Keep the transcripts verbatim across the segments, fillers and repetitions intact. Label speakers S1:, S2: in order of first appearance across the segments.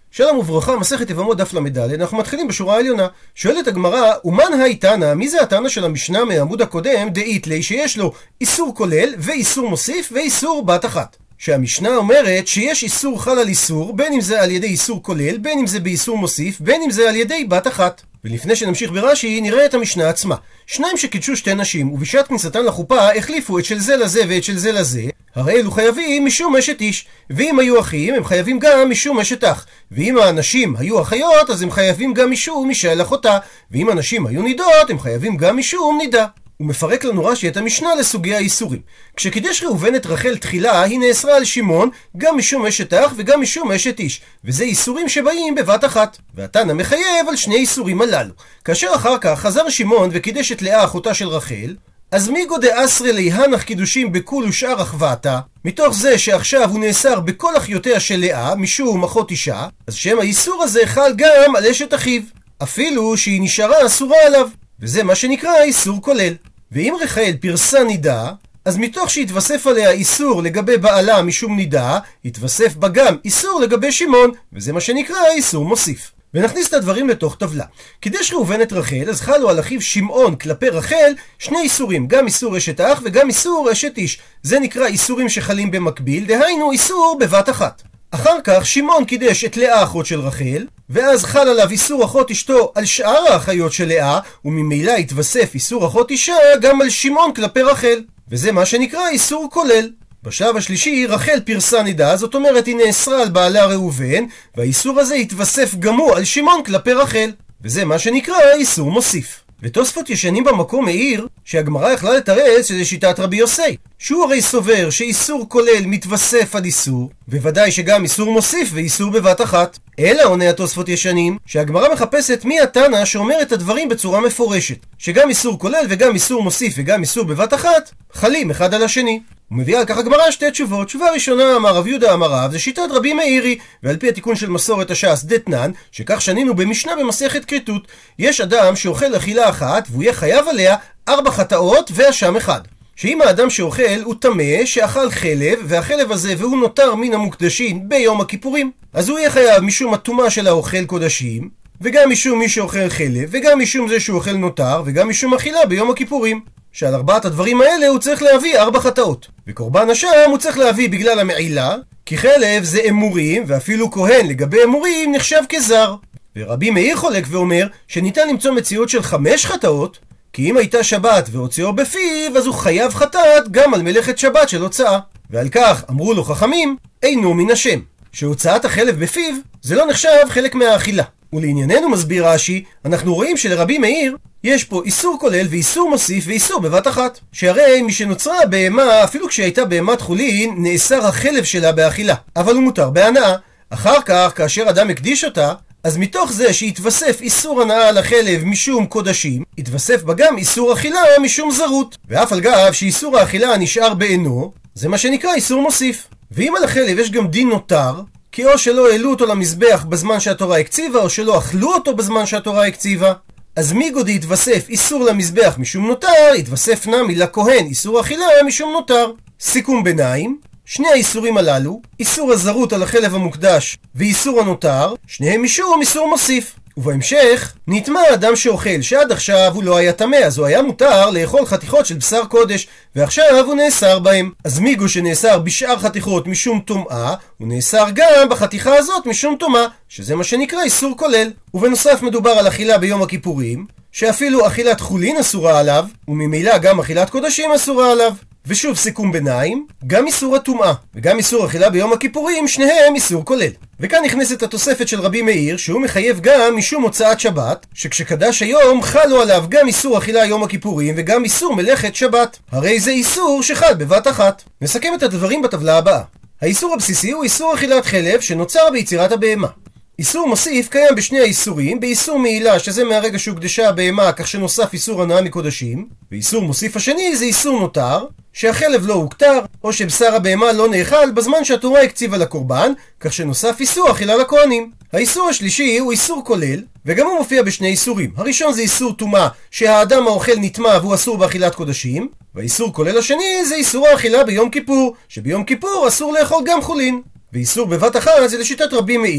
S1: שלום וברכה, מסכת יבמות דף למד, אנחנו מתחילים בשורה העליונה. שואלת הגמרא, ומן היי תנא, מי זה התנא של המשנה מהעמוד הקודם, דאית לי, שיש לו איסור כולל ואיסור מוסיף ואיסור בת אחת. שהמשנה אומרת שיש איסור חל על איסור, בין אם זה על ידי איסור כולל, בין אם זה באיסור מוסיף, בין אם זה על ידי בת אחת. ולפני שנמשיך ברש"י, נראה את המשנה עצמה. שניים שקידשו שתי נשים, ובשעת כניסתן לחופה החליפו את של זה לזה ואת של זה לזה, הרי אלו חייבים משום אשת איש. ואם היו אחים, הם חייבים גם משום אשת אח. ואם האנשים היו אחיות, אז הם חייבים גם משום משל אחותה. ואם הנשים היו נידות, הם חייבים גם משום נידה. הוא מפרק לנו רש"י את המשנה לסוגי האיסורים. כשקידש ראובן את רחל תחילה, היא נאסרה על שמעון גם משום אשת אח וגם משום אשת איש, וזה איסורים שבאים בבת אחת. והתנא מחייב על שני איסורים הללו. כאשר אחר כך חזר שמעון וקידש את לאה אחותה של רחל, אז מיגו דאסרי לי הנח קידושים בכול ושאר אחוותה, מתוך זה שעכשיו הוא נאסר בכל אחיותיה של לאה משום אחות אישה, אז שם האיסור הזה חל גם על אשת אחיו, אפילו שהיא נשארה אסורה עליו, וזה מה שנקרא איסור כולל. ואם רחל פרסה נידה, אז מתוך שהתווסף עליה איסור לגבי בעלה משום נידה, התווסף בה גם איסור לגבי שמעון, וזה מה שנקרא איסור מוסיף. ונכניס את הדברים לתוך טבלה. קידש ראובן את רחל, אז חלו על אחיו שמעון כלפי רחל שני איסורים, גם איסור אשת אח וגם איסור אשת איש. זה נקרא איסורים שחלים במקביל, דהיינו איסור בבת אחת. אחר כך שמעון קידש את לאה אחות של רחל, ואז חל עליו איסור אחות אשתו על שאר האחיות של לאה, וממילא התווסף איסור אחות אישה גם על שמעון כלפי רחל, וזה מה שנקרא איסור כולל. בשלב השלישי רחל פרסה נידה, זאת אומרת היא נאסרה על בעלה ראובן, והאיסור הזה התווסף גם הוא על שמעון כלפי רחל, וזה מה שנקרא איסור מוסיף. ותוספות ישנים במקום העיר שהגמרא יכלה לתרץ שזה שיטת רבי יוסי, שהוא הרי סובר שאיסור כולל מתווסף על איסור, וודאי שגם איסור מוסיף ואיסור בבת אחת. אלא עונה התוספות ישנים שהגמרא מחפשת מי התנא שאומר את הדברים בצורה מפורשת, שגם איסור כולל וגם איסור מוסיף וגם איסור בבת אחת חלים אחד על השני. ומביאה על כך הגמרא שתי תשובות. תשובה ראשונה, אמר רב יהודה אמר רב, זה שיטת רבי מאירי, ועל פי התיקון של מסורת הש"ס דתנן, שכך שנינו במשנה במסכת כריתות, יש אדם שאוכל אכילה אחת והוא יהיה חייב עליה ארבע חטאות ואשם אחד. שאם האדם שאוכל הוא טמא שאכל חלב, והחלב הזה והוא נותר מן המוקדשים ביום הכיפורים, אז הוא יהיה חייב משום הטומאה של האוכל קודשים, וגם משום מי שאוכל חלב, וגם משום זה שהוא אוכל נותר, וגם משום אכילה ביום הכיפורים. שעל ארבעת הדברים האלה הוא צריך להביא ארבע חטאות. וקורבן אשם הוא צריך להביא בגלל המעילה, כי חלב זה אמורים, ואפילו כהן לגבי אמורים נחשב כזר. ורבי מאיר חולק ואומר שניתן למצוא מציאות של חמש חטאות, כי אם הייתה שבת והוציאו בפיו, אז הוא חייב חטאת גם על מלאכת שבת של הוצאה. ועל כך אמרו לו חכמים, אינו מן השם, שהוצאת החלב בפיו זה לא נחשב חלק מהאכילה. ולענייננו מסביר רש"י, אנחנו רואים שלרבי מאיר יש פה איסור כולל ואיסור מוסיף ואיסור בבת אחת. שהרי מי שנוצרה בהמה, אפילו כשהייתה בהמת חולין, נאסר החלב שלה באכילה, אבל הוא מותר בהנאה. אחר כך, כאשר אדם הקדיש אותה, אז מתוך זה שהתווסף איסור הנאה על החלב משום קודשים, התווסף בה גם איסור אכילה משום זרות. ואף על גב שאיסור האכילה נשאר בעינו, זה מה שנקרא איסור מוסיף. ואם על החלב יש גם דין נותר, כי או שלא העלו אותו למזבח בזמן שהתורה הקציבה, או שלא אכלו אותו בזמן שהתורה הקציבה, אז מיגודי התווסף איסור למזבח משום נותר, התווסף נמי לכהן איסור אכילה משום נותר. סיכום ביניים, שני האיסורים הללו, איסור הזרות על החלב המוקדש ואיסור הנותר, שניהם משום איסור מוסיף. ובהמשך נטמא אדם שאוכל שעד עכשיו הוא לא היה טמא, אז הוא היה מותר לאכול חתיכות של בשר קודש, ועכשיו הוא נאסר בהם. אז מיגו שנאסר בשאר חתיכות משום טומאה, הוא נאסר גם בחתיכה הזאת משום טומאה, שזה מה שנקרא איסור כולל. ובנוסף מדובר על אכילה ביום הכיפורים, שאפילו אכילת חולין אסורה עליו, וממילא גם אכילת קודשים אסורה עליו. ושוב סיכום ביניים, גם איסור הטומאה וגם איסור אכילה ביום הכיפורים, שניהם איסור כולל. וכאן נכנסת התוספת של רבי מאיר, שהוא מחייב גם משום הוצאת שבת, שכשקדש היום חלו עליו גם איסור אכילה יום הכיפורים וגם איסור מלאכת שבת, הרי זה איסור שחל בבת אחת. נסכם את הדברים בטבלה הבאה. האיסור הבסיסי הוא איסור אכילת חלב שנוצר ביצירת הבהמה. איסור מוסיף קיים בשני האיסורים, באיסור מעילה שזה מהרגע שהוקדשה הבהמה, כך שנוסף איסור הנאה מקודשים, ואיסור מוסיף השני זה איסור נותר, שהחלב לא הוקטר, או שבשר הבהמה לא נאכל בזמן שהתורה הקציבה לקורבן, כך שנוסף איסור אכילה לכהנים. האיסור השלישי הוא איסור כולל, וגם הוא מופיע בשני איסורים. הראשון זה איסור טומאה, שהאדם האוכל נטמא והוא אסור באכילת קודשים, והאיסור כולל השני זה איסור האכילה ביום כיפור, שביום כיפור אסור לאכול גם חולין. ואיסור בבת אחת זה לשיטת רבי מאיר,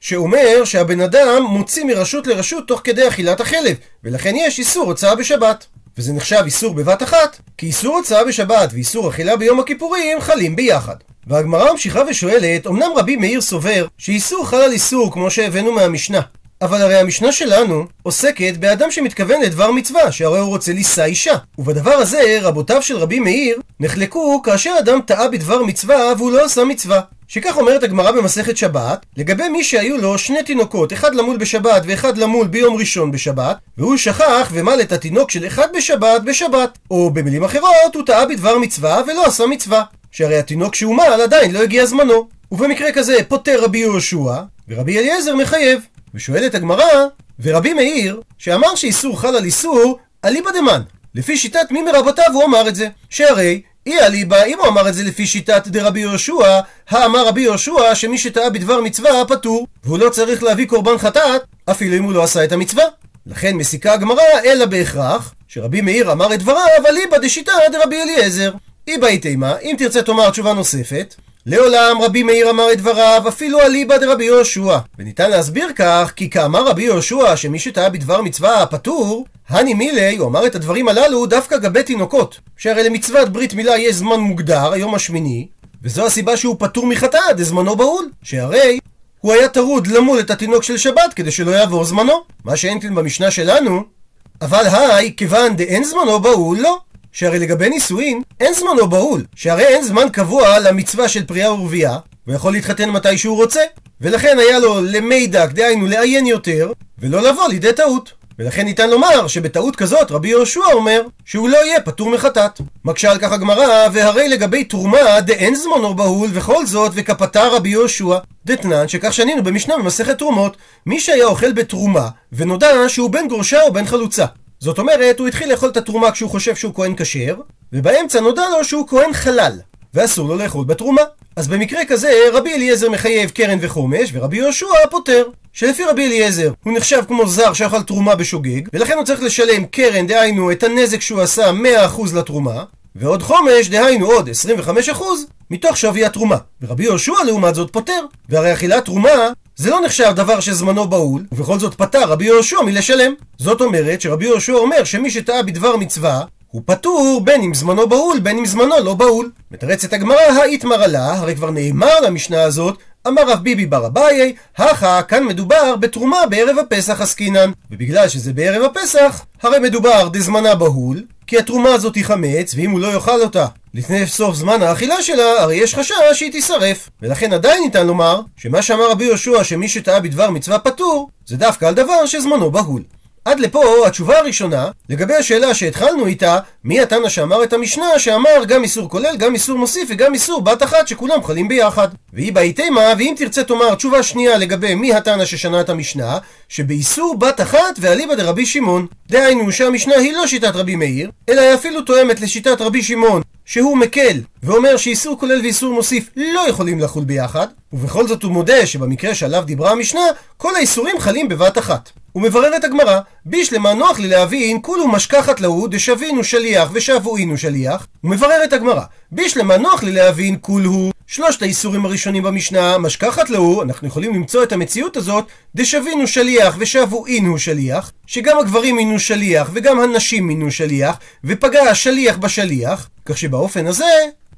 S1: שאומר שהבן אדם מוציא מרשות לרשות תוך כדי אכילת החלב, ולכן יש איסור הוצאה בשבת. וזה נחשב איסור בבת אחת, כי איסור הוצאה בשבת ואיסור אכילה ביום הכיפורים חלים ביחד. והגמרא ממשיכה ושואלת, אמנם רבי מאיר סובר שאיסור חל על איסור כמו שהבאנו מהמשנה, אבל הרי המשנה שלנו עוסקת באדם שמתכוון לדבר מצווה, שהרי הוא רוצה לישא אישה. ובדבר הזה רבותיו של רבי מאיר נחלקו כאשר אדם טעה בדבר מצווה והוא לא עשה מצווה. שכך אומרת הגמרא במסכת שבת, לגבי מי שהיו לו שני תינוקות, אחד למול בשבת ואחד למול ביום ראשון בשבת, והוא שכח ומל את התינוק של אחד בשבת בשבת. או במילים אחרות, הוא טעה בדבר מצווה ולא עשה מצווה, שהרי התינוק שהוא מל עדיין לא הגיע זמנו. ובמקרה כזה פוטר רבי יהושע ורבי אליעזר מחייב. ושואלת הגמרא, ורבי מאיר שאמר שאיסור חל על איסור, אליבא דמן, לפי שיטת מי מרבותיו הוא אמר את זה? שהרי אי אליבא, אם הוא אמר את זה לפי שיטת דרבי יהושע, האמר רבי יהושע שמי שטעה בדבר מצווה פטור, והוא לא צריך להביא קורבן חטאת אפילו אם הוא לא עשה את המצווה. לכן מסיקה הגמרא אלא בהכרח שרבי מאיר אמר את דבריו אליבא דשיטה דרבי אליעזר. איבא איתימה, אם תרצה תאמר תשובה נוספת, לעולם רבי מאיר אמר את דבריו אפילו אליבא דרבי יהושע. וניתן להסביר כך, כי כאמר רבי יהושע שמי שטעה בדבר מצווה פטור, הני מילי, הוא אמר את הדברים הללו דווקא גבי תינוקות, שהרי למצוות ברית מילה יש זמן מוגדר, היום השמיני, וזו הסיבה שהוא פטור מחטאת, זמנו בהול, שהרי הוא היה טרוד למול את התינוק של שבת כדי שלא יעבור זמנו, מה שאין כן במשנה שלנו. אבל היי, כיוון דאין זמנו בהול, לא, שהרי לגבי נישואין אין זמנו בהול, שהרי אין זמן קבוע למצווה של פרייה ורבייה, הוא יכול להתחתן מתי שהוא רוצה, ולכן היה לו למידק, דהיינו לעיין יותר, ולא לבוא לידי טעות. ולכן ניתן לומר שבטעות כזאת רבי יהושע אומר שהוא לא יהיה פטור מחטאת. מקשה על כך הגמרא, והרי לגבי תרומה דאין זמנו בהול וכל זאת וכפטר רבי יהושע דתנן, שכך שנינו במשנה במסכת תרומות, מי שהיה אוכל בתרומה ונודע שהוא בן גורשה או בן חלוצה, זאת אומרת הוא התחיל לאכול את התרומה כשהוא חושב שהוא כהן כשר, ובאמצע נודע לו שהוא כהן חלל ואסור לו לאכול בתרומה, אז במקרה כזה רבי אליעזר מחייב קרן וחומש ורבי יהושע פוטר, שלפי רבי אליעזר הוא נחשב כמו זר שאכל תרומה בשוגג, ולכן הוא צריך לשלם קרן, דהיינו את הנזק שהוא עשה מאה אחוז לתרומה, ועוד חומש, דהיינו עוד עשרים וחמישה אחוז מתוך שווי התרומה. ורבי יהושע לעומת זאת פוטר, והרי אכילת תרומה זה לא נחשב דבר שזמנו בהול, ובכל זאת פטר רבי יהושע מלשלם. זאת אומרת שרבי יהושע אומר שמי שטעה בדבר מצווה הוא פטור בין אם זמנו בהול בין אם זמנו לא בהול. מתרצת הגמרא, האיתמר לה, הרי כבר נאמר למשנה הזאת, אמר רב ביבי בר אביי, הכה, כאן מדובר בתרומה בערב הפסח עסקינן, ובגלל שזה בערב הפסח, הרי מדובר דזמנה בהול, כי התרומה הזאת היא חמץ, ואם הוא לא יאכל אותה לפני סוף זמן האכילה שלה, הרי יש חשש שהיא תישרף. ולכן עדיין ניתן לומר שמה שאמר רבי יהושע שמי שטעה בדבר מצווה פטור, זה דווקא על דבר שזמנו בהול. עד לפה התשובה הראשונה לגבי השאלה שהתחלנו איתה, מי התנא שאמר את המשנה שאמר גם איסור כולל, גם איסור מוסיף וגם איסור בת אחת שכולם חלים ביחד. והיא בהיתמה, ואם תרצה תאמר תשובה שנייה לגבי מי התנא ששנה את המשנה, שבאיסור בת אחת ואליבא דרבי שמעון, דהיינו שהמשנה היא לא שיטת רבי מאיר, אלא היא אפילו תואמת לשיטת רבי שמעון, שהוא מקל ואומר שאיסור כולל ואיסור מוסיף לא יכולים לחול ביחד, ובכל זאת הוא מודה שבמקרה שעליו דיברה המשנה כל האיסורים חלים בבת אחת. הוא מברר את הגמרא, בישלמה נוח לי להבין כולו משכחת להו דשבינו שליח ושבועינו שליח. הוא מברר את הגמרא, בישלמה נוח לי להבין כולהו, שלושת האיסורים הראשונים במשנה משכחת להו, אנחנו יכולים למצוא את המציאות הזאת דשבינו שליח ושבועינו שליח, שגם הגברים מינו שליח וגם הנשים מינו שליח, ופגע השליח בשליח, כך שבאופן הזה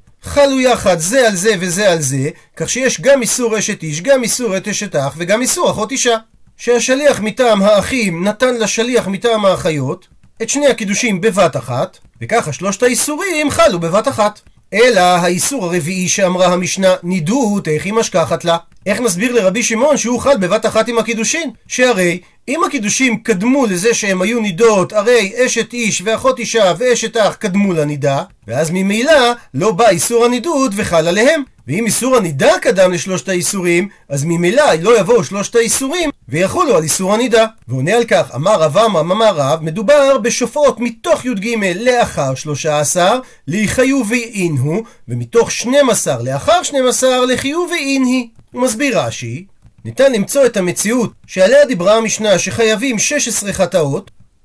S1: חלו יחד זה על זה וזה על זה, כך שיש גם איסור אשת איש, גם איסור את אשת אח וגם איסור אחות אישה, שהשליח מטעם האחים נתן לשליח מטעם האחיות את שני הקידושים בבת אחת, וככה שלושת האיסורים חלו בבת אחת. אלא האיסור הרביעי שאמרה המשנה נידות, איך היא משכחת לה? איך נסביר לרבי שמעון שהוא חל בבת אחת עם הקידושין? שהרי אם הקידושים קדמו לזה שהם היו נידות, הרי אשת איש ואחות אישה ואשת אח קדמו לנידה, ואז ממילא לא בא איסור הנידות וחל עליהם. ואם איסור הנידה קדם לשלושת האיסורים, אז ממילא לא יבואו שלושת האיסורים ויחולו על איסור הנידה. ועונה על כך, אמר רב עמרם אמר רב, מדובר בשופעות מתוך י"ג לאחר שלושה עשר לחיוב ואין הוא, ומתוך שנים עשר לאחר שנים עשר לחיוב ואין היא. הוא מסביר רש"י, ניתן למצוא את המציאות שעליה דיברה המשנה שחייבים שש עשרה חטאות,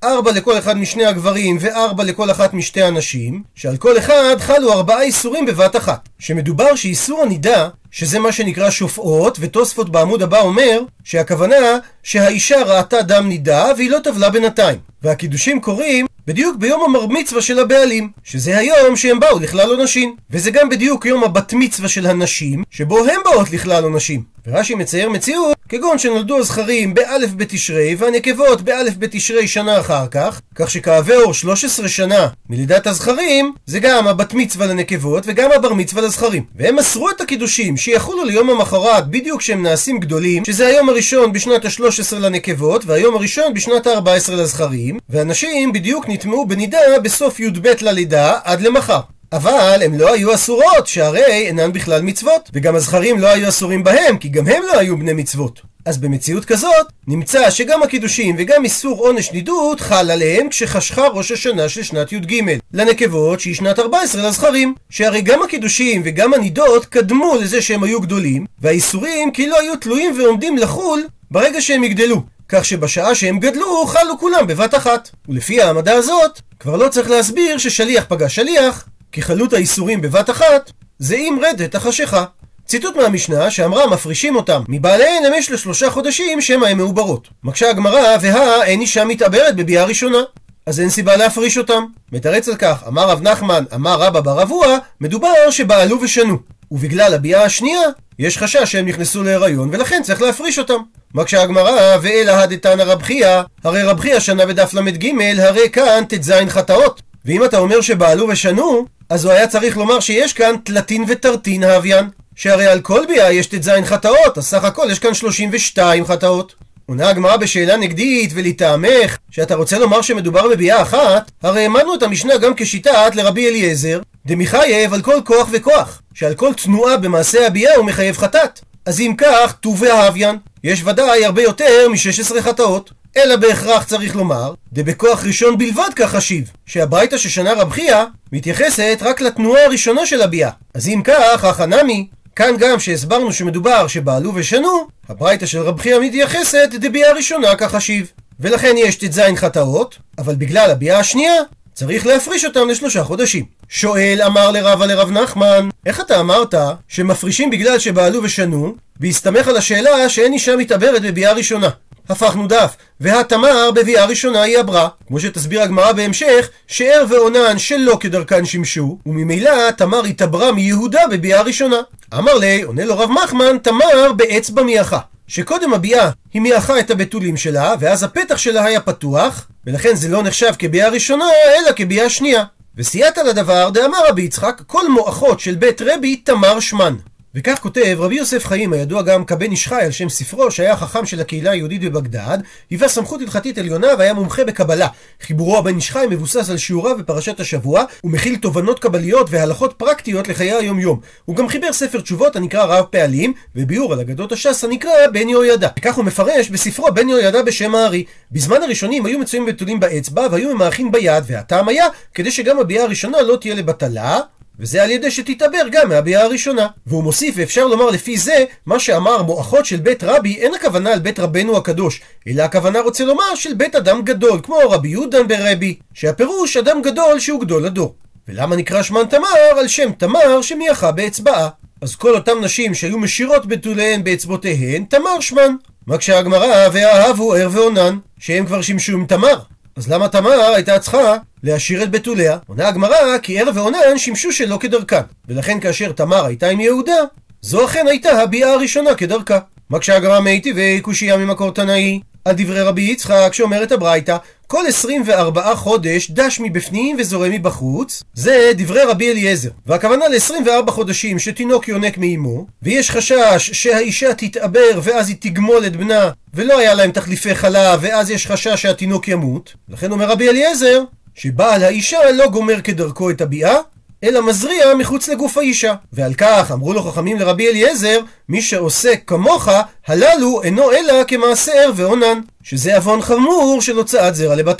S1: ארבע לכל אחד משני הגברים וארבע לכל אחת משתי הנשים, שעל כל אחד חלו ארבעה איסורים בבת אחת. שמדובר שאיסור הנידה, שזה מה שנקרא שופעות, ותוספות בעמוד הבא אומר שהכוונה שהאישה ראתה דם נידה והיא לא טבלה בינתיים. והקידושים קוראים בדיוק ביום הבר מצווה של הבעלים, שזה היום שהם באו לכלל עונשים, וזה גם בדיוק יום הבת מצווה של הנשים, שבו הם באות לכלל עונשים. ורש"י מצייר מציאות כגון שנולדו הזכרים באלף בתשרי והנקבות באלף בתשרי שנה אחר כך, כך שכעבור שלוש עשרה שנה מלידת הזכרים זה גם הבת מצווה לנקבות וגם הבר מצווה לזכרים, והם מסרו את הקידושים שיחולו ליום המחרת בדיוק כשהם נעשים גדולים, שזה היום הראשון בשנת ה-שלוש עשרה לנקבות והיום הראשון בשנת ה-ארבע עשרה לזכרים, ואנשים בדיוק נטמעו בנידה בסוף י"ב ללידה עד למחר. אבל הם לא היו אסורות, שהרי אינן בכלל מצוות, וגם הזכרים לא היו אסורים בהם, כי גם הם לא היו בני מצוות. אז במציאות כזאת נמצא שגם הקידושים וגם איסור עונש נידות חל עליהם כשחשכה ראש השנה של שנת י"ג, לנקבות שהיא שנת ארבע עשרה לזכרים, שהרי גם הקידושים וגם הנידות קדמו לזה שהם היו גדולים, והאיסורים כאילו היו תלויים ועומדים לחול ברגע שהם יגדלו, כך שבשעה שהם גדלו חלו כולם בבת אחת. ולפי העמדה הזאת כבר לא צריך להסביר ששליח פגע שליח, כי חלות האיסורים בבת אחת זה אם רדת החשיכה. ציטוט מהמשנה שאמרה מפרישים אותם מבעליהן למשך לשלושה חודשים שמא הם מעוברות. מקשה הגמרא והא אין אישה מתעברת בביאה ראשונה, אז אין סיבה להפריש אותם. מתרץ על כך אמר רב נחמן אמר רבא בר אבוה, מדובר שבעלו ושנו, ובגלל הביאה השנייה יש חשש שהם נכנסו להיריון ולכן צריך להפריש אותם. מקשה הגמרא ואלא הדתנא רב חייא, הרי רב חייא שנה בדף למד ג', הרי כאן ט"ז חטאות, ואם אתה אומר שבעלו ושנו אז הוא היה צריך לומר שיש כאן תלתין ותרתין האביין, שהרי על כל ביאה יש ט"ז חטאות, אז סך הכל יש כאן שלושים ושתיים חטאות. עונה הגמרא בשאלה נגדית ולטעמך שאתה רוצה לומר שמדובר בביאה אחת, הרי האמנו את המשנה גם כשיטת לרבי אליעזר דמחייב על כל כוח וכוח, שעל כל תנועה במעשה הביאה הוא מחייב חטאת. אז אם כך ט"ו האביין יש ודאי הרבה יותר מ-שש עשרה חטאות, אלא בהכרח צריך לומר דבכוח ראשון בלבד כך חשיב, שהברייתא ששנה רב חייא מתייחסת רק לתנועה הראשונה של הביאה. אז אם כך החנמי כאן גם שהסברנו שמדובר שבעלו ושנו, הברייתא של רב חייא מתייחסת דביאה ראשונה כך חשיב, ולכן יש ט"ז חטאות, אבל בגלל הביאה השנייה צריך להפריש אותם לשלושה חודשים. שואל אמר לרבא לרב נחמן, איך אתה אמרת שמפרישים בגלל שבעלו ושנו והסתמך על השאלה שאין אישה מתעברת בביאה ראשונה? הפכנו דף, והתמר בביאה ראשונה היא עברה, כמו שתסביר הגמרא בהמשך שער ועונן שלא כדרכן שימשו, וממילא תמר התעברה מיהודה בביאה ראשונה. אמר לי, עונה לו רב מחמן, תמר באצבע מיאחה, שקודם הביאה היא מיאחה את הבתולים שלה ואז הפתח שלה היה פתוח, ולכן זה לא נחשב כביאה ראשונה אלא כביאה שנייה. וסייעתא לדבר דאמר רבי יצחק כל מואחות של בית רבי תמר שמן. וכך כותב רבי יוסף חיים, הידוע גם כבן איש חי על שם ספרו, שהיה חכם של הקהילה היהודית בבגדד, היווה סמכות הלכתית עליונה והיה מומחה בקבלה. חיבורו הבן איש חי מבוסס על שיעוריו בפרשת השבוע ומכיל תובנות קבליות והלכות פרקטיות לחיי היום יום. הוא גם חיבר ספר תשובות הנקרא רב פעלים, וביאור על אגדות הש"ס הנקרא בן יהוידע. וכך הוא מפרש בספרו בן יהוידע בשם הארי. בזמן הראשונים היו מצויים בתולים באצבע והיו ממעכים ביד, והטעם היה כדי שגם הביאה הראשונה לא תהיה לבטלה, וזה על ידי שתתעבר גם מהביאה הראשונה. והוא מוסיף, ואפשר לומר לפי זה, מה שאמר מואחות של בית רבי אין הכוונה על בית רבנו הקדוש, אלא הכוונה רוצה לומר של בית אדם גדול, כמו רבי יהודן ברבי, שהפירוש אדם גדול שהוא גדול הדור. ולמה נקרא שמן תמר? על שם תמר שמיאחה באצבעה. אז כל אותם נשים שהיו משירות בתוליהן באצבעותיהן, תמר שמן. מקשה הגמרא והאהבו ער ועונן, שהם כבר שימשו עם תמר. אז למה תמר הייתה צריכה להשאיר את בתוליה? עונה הגמרא כי ער ועונן שימשו שלא כדרכן, ולכן כאשר תמר הייתה עם יהודה, זו אכן הייתה הביאה הראשונה כדרכה. מקשה הגמרא מיטיבי קושייה ממקור תנאי על דברי רבי יצחק שאומרת הברייתא כל עשרים וארבעה חודש דש מבפנים וזורם מבחוץ, זה דברי רבי אליעזר, והכוונה ל-עשרים וארבעה חודשים שתינוק יונק מאמו, ויש חשש שהאישה תתעבר ואז היא תגמול את בנה ולא היה להם תחליפי חלב ואז יש חשש שהתינוק ימות. לכן אומר רבי אליעזר שבעל האישה לא גומר כדרכו את הביאה אלא מזריע מחוץ לגוף האישה, ועל כך אמרו לו חכמים לרבי אליעזר מי שעושה כמוך הללו אינו אלא כמעשה ער ועונן, שזה עוון חמור של הוצאת זרע לבטלה.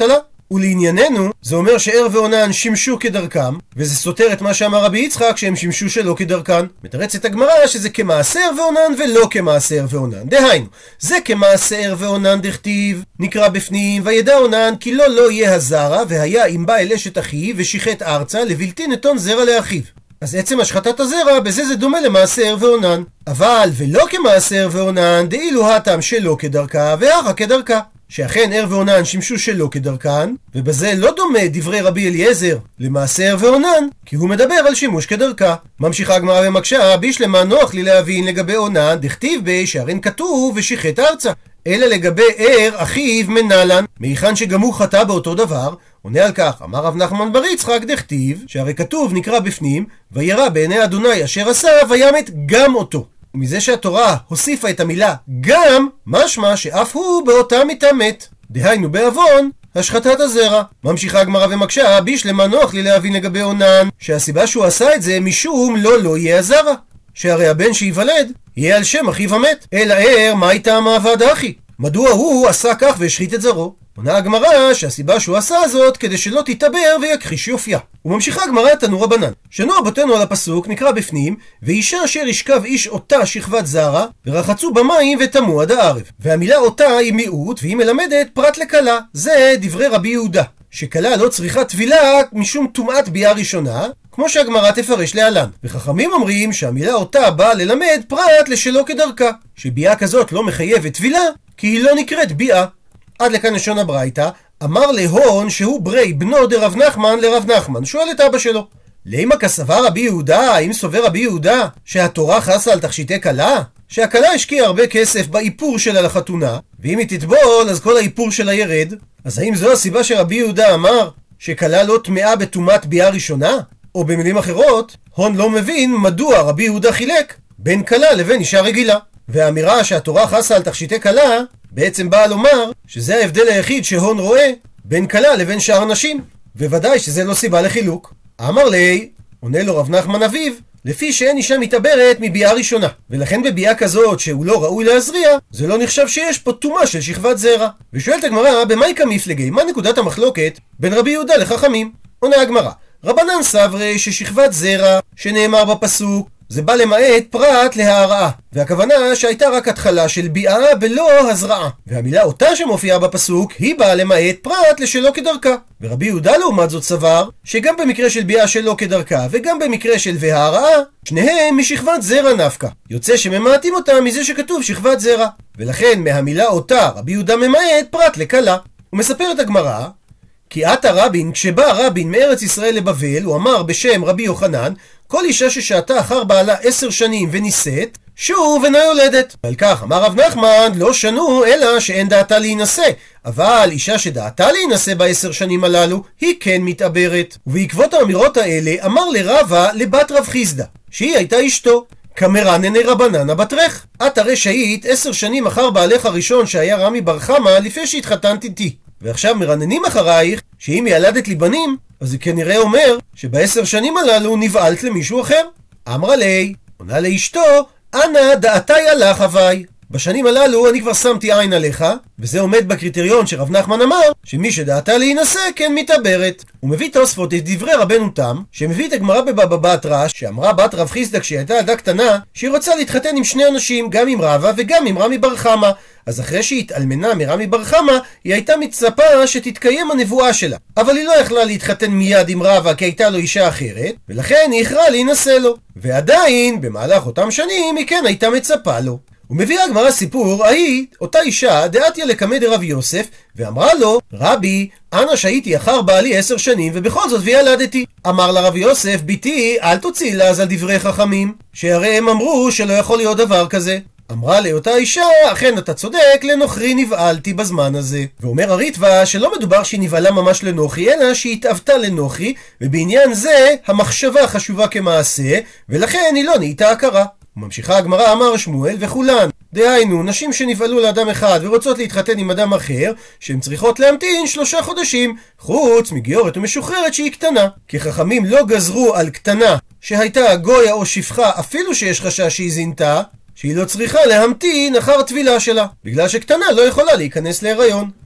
S1: ולענייננו, זה אומר שער ועונן שימשו כדרכם, וזה סותר את מה שאמר רבי יצחק שהם שימשו שלא כדרכן. מתרצת הגמרא שזה כמעשה ער ועונן ולא כמעשה ער ועונן. דהיינו, זה כמעשה ער ועונן דכתיב, נקרא בפנים, וידע עונן כי לא לא יהיה הזרע, והיה אם בא אל אשת אחיו ושיחת ארצה לבלתי נתון זרע לאחיו. אז עצם השחטת הזרע, בזה זה דומה למעשה ער ועונן. אבל ולא כמעשה ער ועונן, דאילו הטעם שלא כדרכה והכה כדרכה. שאכן ער ועונן שימשו שלא כדרכן, ובזה לא דומה דברי רבי אליעזר למעשה ער ועונן, כי הוא מדבר על שימוש כדרכה. ממשיכה הגמרא ומקשה, בישלמה נוח לי להבין לגבי עונן, דכתיב בי שהרין כתוב ושיחת ארצה. אלא לגבי ער אחיו מנלן, מהיכן שגם הוא חטא באותו דבר. עונה על כך, אמר רב נחמן בר יצחק דכתיב, שהרי כתוב נקרא בפנים, וירא בעיני אדוני אשר עשה וימת גם אותו. ומזה שהתורה הוסיפה את המילה גם, משמע שאף הוא באותה מיתה מת. דהיינו בעוון השחטת הזרע. ממשיכה הגמרא ומקשה, בישלמה נוח לי להבין לגבי עונן, שהסיבה שהוא עשה את זה משום לא לא יהיה הזרע, שהרי הבן שיוולד יהיה על שם אחיו המת. אלא ער, מה הייתה מעבד אחי? מדוע הוא עשה כך והשחית את זרעו? עונה הגמרא שהסיבה שהוא עשה זאת כדי שלא תתעבר ויכחיש יופייה. וממשיכה הגמרא תנו רבנן, שנוע בתנו על הפסוק נקרא בפנים, ואישה אשר ישכב איש אותה שכבת זרע ורחצו במים ותמו עד הערב. והמילה אותה היא מיעוט והיא מלמדת פרט לקלה. זה דברי רבי יהודה, שקלה לא צריכה טבילה משום טומאת ביאה ראשונה, כמו שהגמרא תפרש להלן. וחכמים אומרים שהמילה אותה באה ללמד פרט לשלא כדרכה, שביאה כזאת לא מחייבת טבילה כי היא לא נקראת ביאה. עד לכאן לשון הברייתא. אמר להון שהוא ברי בנו דרב נחמן לרב נחמן, שואל את אבא שלו, למה כסבר רבי יהודה, האם סובר רבי יהודה שהתורה חסה על תכשיטי כלה? שהכלה השקיעה הרבה כסף באיפור שלה לחתונה, ואם היא תטבול אז כל האיפור שלה ירד. אז האם זו הסיבה שרבי יהודה אמר שכלה לא טמאה בטומאת ביאה ראשונה? או במילים אחרות, הון לא מבין מדוע רבי יהודה חילק בין כלה לבין אישה רגילה. והאמירה שהתורה חסה על תכשיטי כלה בעצם באה לומר שזה ההבדל היחיד שהון רואה בין כלה לבין שאר נשים, וודאי שזה לא סיבה לחילוק. אמר לי, עונה לו רב נחמן אביו, לפי שאין אישה מתעברת מביאה ראשונה, ולכן בביאה כזאת שהוא לא ראוי להזריע, זה לא נחשב שיש פה טומאה של שכבת זרע. ושואלת הגמרא, במאי כמפלגי, מה נקודת המחלוקת בין רבי יהודה לחכמים? עונה הגמרא, רבנן סברי ששכבת זרע שנאמר בפסוק זה בא למעט פרט להרעה, והכוונה שהייתה רק התחלה של ביאה בלא הזרעה, והמילה אותה שמופיעה בפסוק היא באה למעט פרט לשלא כדרכה. ורבי יהודה לעומת זאת סבר שגם במקרה של ביאה שלא כדרכה וגם במקרה של והרעה שניהם משכבת זרע נפקא, יוצא שממעטים אותה מזה שכתוב שכבת זרע, ולכן מהמילה אותה רבי יהודה ממעט פרט לכלה. ומספרת הגמרא כי עתה רבין, כשבא רבין מארץ ישראל לבבל, הוא אמר בשם רבי יוחנן, כל אישה ששהתה אחר בעלה עשר שנים ונישאת, שוב אינה יולדת. ועל כך אמר רב נחמן, לא שנו אלא שאין דעתה להינשא, אבל אישה שדעתה להינשא בעשר שנים הללו, היא כן מתעברת. ובעקבות האמירות האלה אמר לרבה לבת רב חיסדא, שהיא הייתה אשתו, כמרנני רבננה בתרך, את הרי שהיית עשר שנים אחר בעלך הראשון שהיה רמי בר חמא לפני שהתחתנת איתי, ועכשיו מרננים אחרייך שאם ילדת לי בנים, אז זה כנראה אומר שבעשר שנים הללו נבעלת למישהו אחר. אמרה לי, עונה לאשתו, אנא דעתי עלך הווי, בשנים הללו אני כבר שמתי עין עליך, וזה עומד בקריטריון שרב נחמן אמר שמי שדעתה להינשא כן מתעברת. הוא מביא תוספות את דברי רבנו תם, שמביא את הגמרא בבבא בתרא, שאמרה בת רב חיסדא כשהיא הייתה ילדה קטנה שהיא רוצה להתחתן עם שני אנשים, גם עם רבא וגם עם רמי בר חמא. אז אחרי שהיא התאלמנה מרמי בר חמא, היא הייתה מצפה שתתקיים הנבואה שלה, אבל היא לא יכלה להתחתן מיד עם רבא כי הייתה לו אישה אחרת, ולכן היא הכרעה להינשא לו, ועדיין במהלך אותם שנים היא כן הייתה מצפה לו. ומביאה הגמרא סיפור, ההיא, אותה אישה, דעתיה לקמא דרב יוסף, ואמרה לו, רבי, אנא שהייתי אחר בעלי עשר שנים, ובכל זאת וילדתי. אמר לה רב יוסף, ביתי, אל תוציא לעז על דברי חכמים, שהרי הם אמרו שלא יכול להיות דבר כזה. אמרה לאותה אישה, אכן אתה צודק, לנוכרי נבעלתי בזמן הזה. ואומר הריטב"א שלא מדובר שהיא נבעלה ממש לנוכרי, אלא שהיא התאבתה לנוכרי, ובעניין זה המחשבה חשובה כמעשה, ולכן היא לא נהייתה הכרה. וממשיכה הגמרא, אמר שמואל וכולן, דהיינו נשים שנבעלו לאדם אחד ורוצות להתחתן עם אדם אחר, שהן צריכות להמתין שלושה חודשים, חוץ מגיורת ומשוחררת שהיא קטנה, כי חכמים לא גזרו על קטנה שהייתה גויה או שפחה אפילו שיש חשש שהיא זינתה, שהיא לא צריכה להמתין אחר טבילה שלה, בגלל שקטנה לא יכולה להיכנס להיריון.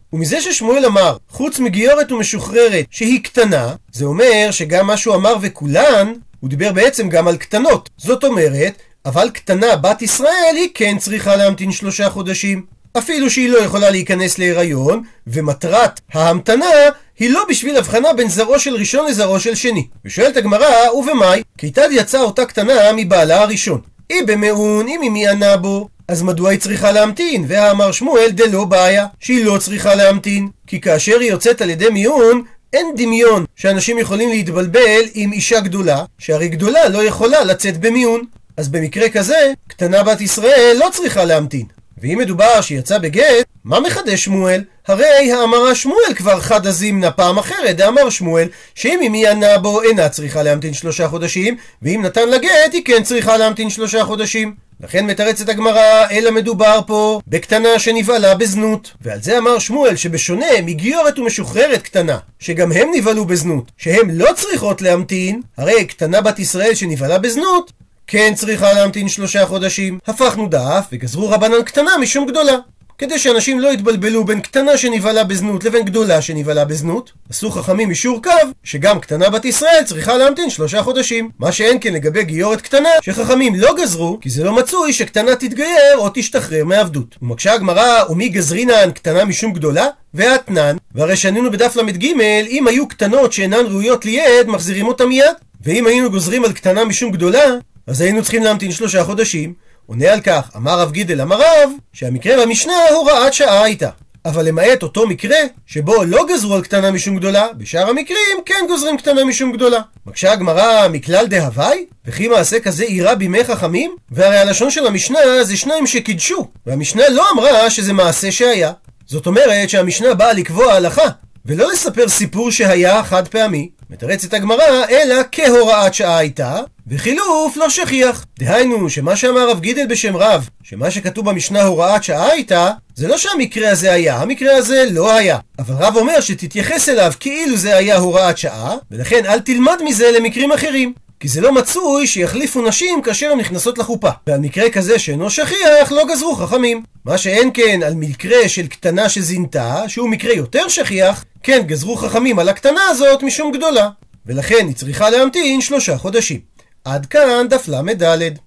S1: ומזה ששמואל אמר, חוץ מגיורת ומשוחררת שהיא קטנה, זה אומר שגם מה שהוא אמר וכולן, הוא דיבר בעצם גם על קטנות. זאת אומרת, אבל קטנה בת ישראל היא כן צריכה להמתין שלושה חודשים. אפילו שהיא לא יכולה להיכנס להיריון, ומטרת ההמתנה היא לא בשביל הבחנה בין זרעו של ראשון לזרעו של שני. ושואלת הגמרא, ובמאי, כיצד יצאה אותה קטנה מבעלה הראשון? היא במעון, אם היא ענה בו, אז מדוע היא צריכה להמתין? ואמר שמואל דלא בעיה, שהיא לא צריכה להמתין. כי כאשר היא יוצאת על ידי מיון, אין דמיון שאנשים יכולים להתבלבל עם אישה גדולה, שהרי גדולה לא יכולה לצאת במיון. אז במקרה כזה, קטנה בת ישראל לא צריכה להמתין. ואם מדובר שיצא בגט, מה מחדש שמואל? הרי האמרה שמואל כבר חד הזימנה פעם אחרת, דאמר שמואל שאם היא ענה בו אינה צריכה להמתין שלושה חודשים, ואם נתן לגט היא כן צריכה להמתין שלושה חודשים. לכן מתרצת הגמרא, אלא מדובר פה בקטנה שנבעלה בזנות. ועל זה אמר שמואל שבשונה מגיורת ומשוחררת קטנה, שגם הם נבעלו בזנות, שהם לא צריכות להמתין, הרי קטנה בת ישראל שנבעלה בזנות כן צריכה להמתין שלושה חודשים. הפכנו דף וגזרו רבנן קטנה משום גדולה. כדי שאנשים לא יתבלבלו בין קטנה שנבעלה בזנות לבין גדולה שנבעלה בזנות, עשו חכמים אישור קו שגם קטנה בת ישראל צריכה להמתין שלושה חודשים. מה שאין כן לגבי גיורת קטנה, שחכמים לא גזרו, כי זה לא מצוי שקטנה תתגייר או תשתחרר מעבדות. ומקשה הגמרא, ומי גזרינן קטנה משום גדולה? ואתנן, והרי שנינו בדף למד ג' אם היו קטנות שאינן ראויות ליד, מחזירים אותם מיד. ואם היינו גוזרים על קטנה משום גדולה, אז היינו צריכים להמתין שלושה חודשים. עונה על כך, אמר רב גידל אמר רב, שהמקרה במשנה הוראת שעה הייתה. אבל למעט אותו מקרה, שבו לא גזרו על קטנה משום גדולה, בשאר המקרים כן גוזרים קטנה משום גדולה. מקשה הגמרא, מכלל דהווי? וכי מעשה כזה אירע בימי חכמים? והרי הלשון של המשנה זה שניים שקידשו, והמשנה לא אמרה שזה מעשה שהיה. זאת אומרת שהמשנה באה לקבוע הלכה, ולא לספר סיפור שהיה חד פעמי. מתרצת הגמרא, אלא כהוראת שעה הייתה, וחילוף לא שכיח. דהיינו, שמה שאמר רב גידל בשם רב, שמה שכתוב במשנה הוראת שעה הייתה, זה לא שהמקרה הזה היה, המקרה הזה לא היה. אבל רב אומר שתתייחס אליו כאילו זה היה הוראת שעה, ולכן אל תלמד מזה למקרים אחרים. כי זה לא מצוי שיחליפו נשים כאשר הן נכנסות לחופה. ועל מקרה כזה שאינו שכיח לא גזרו חכמים. מה שאין כן על מקרה של קטנה שזינתה, שהוא מקרה יותר שכיח, כן גזרו חכמים על הקטנה הזאת משום גדולה. ולכן היא צריכה להמתין שלושה חודשים. עד כאן דף למד ד'.